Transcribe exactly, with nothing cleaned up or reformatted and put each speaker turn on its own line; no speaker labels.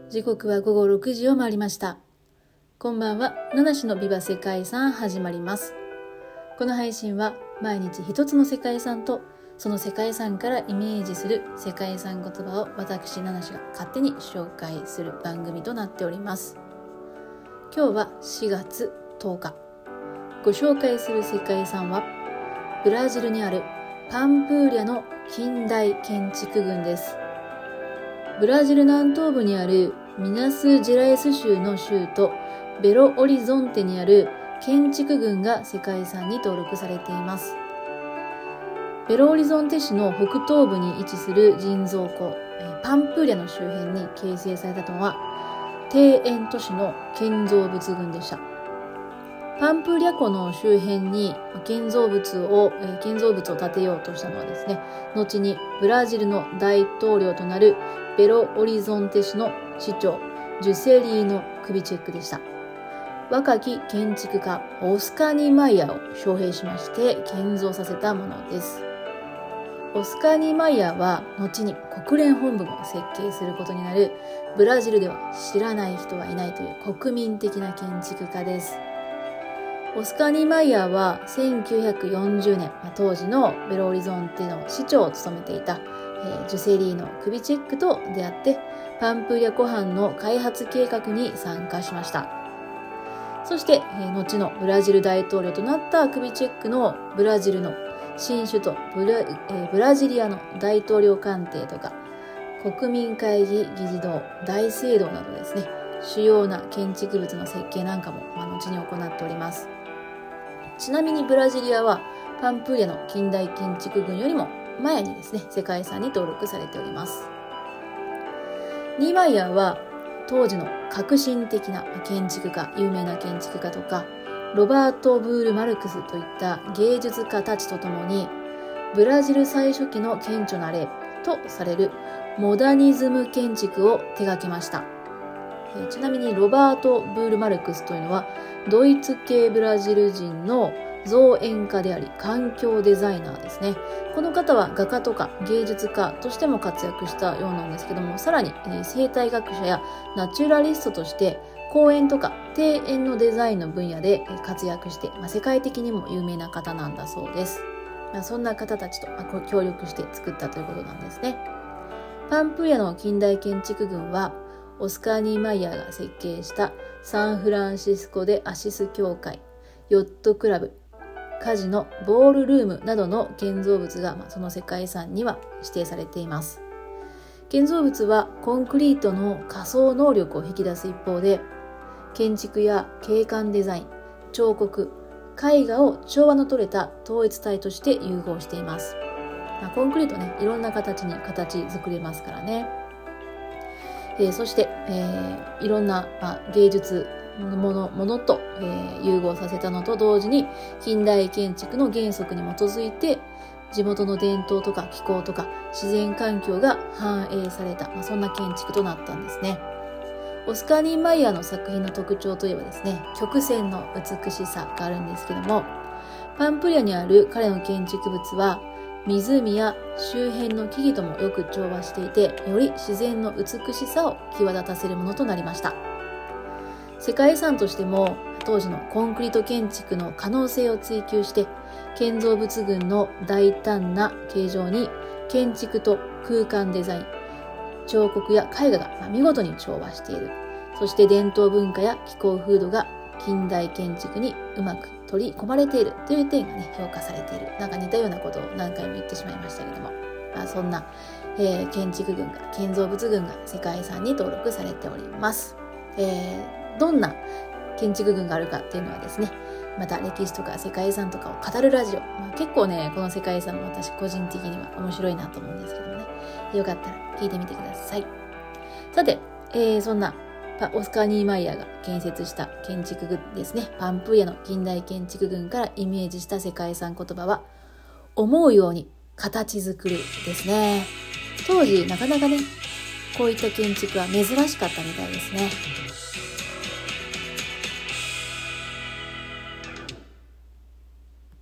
時刻はごごろくじを回りました。こんばんは。七種のビバ世界遺産始まります。この配信は毎日一つの世界遺産とその世界遺産からイメージする世界遺産言葉を私七種が勝手に紹介する番組となっております。今日はしがつとおか。ご紹介する世界遺産はブラジルにあるパンプーリャの近代建築群です。ブラジル南東部にあるミナスジェライス州の州都ベロオリゾンテにある建築群が世界遺産に登録されています。ベロオリゾンテ市の北東部に位置する人造湖パンプーリャの周辺に形成されたのは庭園都市の建造物群でした。パンプーリャ湖の周辺に建造物を建造物を建てようとしたのはですね、後にブラジルの大統領となるベロオリゾンテ市の市長ジュセリーノ・クビチェックでした。若き建築家オスカー・ニーマイヤーを招聘しまして建造させたものです。オスカー・ニーマイヤーは後に国連本部も設計することになるブラジルでは知らない人はいないという国民的な建築家です。オスカー・ニーマイヤーはせんきゅうひゃくよんじゅうねん、当時のベロオリゾンテの市長を務めていたジュセリーノ・クビチェックと出会ってパンプーリャ湖畔の開発計画に参加しました。そして後のブラジル大統領となったクビチェックのブラジルの新首都ブ ラ, ブラジリアの大統領官邸とか国民会議議事堂、大聖堂などですね、主要な建築物の設計なんかも後に行っております。ちなみにブラジリアはパンプーリャの近代建築群よりも前にですね、世界遺産に登録されております。ニーマイヤーは当時の革新的な建築家、有名な建築家とかロバート・ブール・マルクスといった芸術家たちとともにブラジル最初期の顕著な例とされるモダニズム建築を手掛けました。ちなみにロバート・ブール・マルクスというのはドイツ系ブラジル人の造園家であり環境デザイナーですね。この方は画家とか芸術家としても活躍したようなんですけども、さらに生態学者やナチュラリストとして公園とか庭園のデザインの分野で活躍して、まあ、世界的にも有名な方なんだそうです。まあ、そんな方たちと協力して作ったということなんですね。パンプーリャの近代建築群はオスカー・ニーマイヤーが設計したサンフランシスコでアシス教会、ヨットクラブ、カジノ、ボールルームなどの建造物が、まあ、その世界遺産には指定されています。建造物はコンクリートの仮想能力を引き出す一方で、建築や景観デザイン、彫刻、絵画を調和の取れた統一体として融合しています。まあ、コンクリートね、いろんな形に形作れますからね。えー、そして、えー、いろんな、まあ、芸術のもの、ものと、えー、融合させたのと同時に近代建築の原則に基づいて地元の伝統とか気候とか自然環境が反映された、まあ、そんな建築となったんですね。オスカー・ニーマイヤーの作品の特徴といえばですね、曲線の美しさがあるんですけども、パンプーリャにある彼の建築物は湖や周辺の木々ともよく調和していて、より自然の美しさを際立たせるものとなりました。世界遺産としても当時のコンクリート建築の可能性を追求して建造物群の大胆な形状に建築と空間デザイン、彫刻や絵画が見事に調和している。そして伝統文化や気候風土が近代建築にうまく取り込まれているという点がね、評価されている。なんか似たようなことを何回も言ってしまいましたけども、まあ、そんな、えー、建築群が建造物群が世界遺産に登録されております。えー、どんな建築群があるかっていうのはですね、また歴史とか世界遺産とかを語るラジオ、まあ、結構ねこの世界遺産も私個人的には面白いなと思うんですけどもね、よかったら聞いてみてください。さて、えー、そんなオスカー・ニーマイヤーが建設した建築群ですね、パンプーリャの近代建築群からイメージした世界遺産言葉は思うように形作るですね。当時なかなかねこういった建築は珍しかったみたいですね。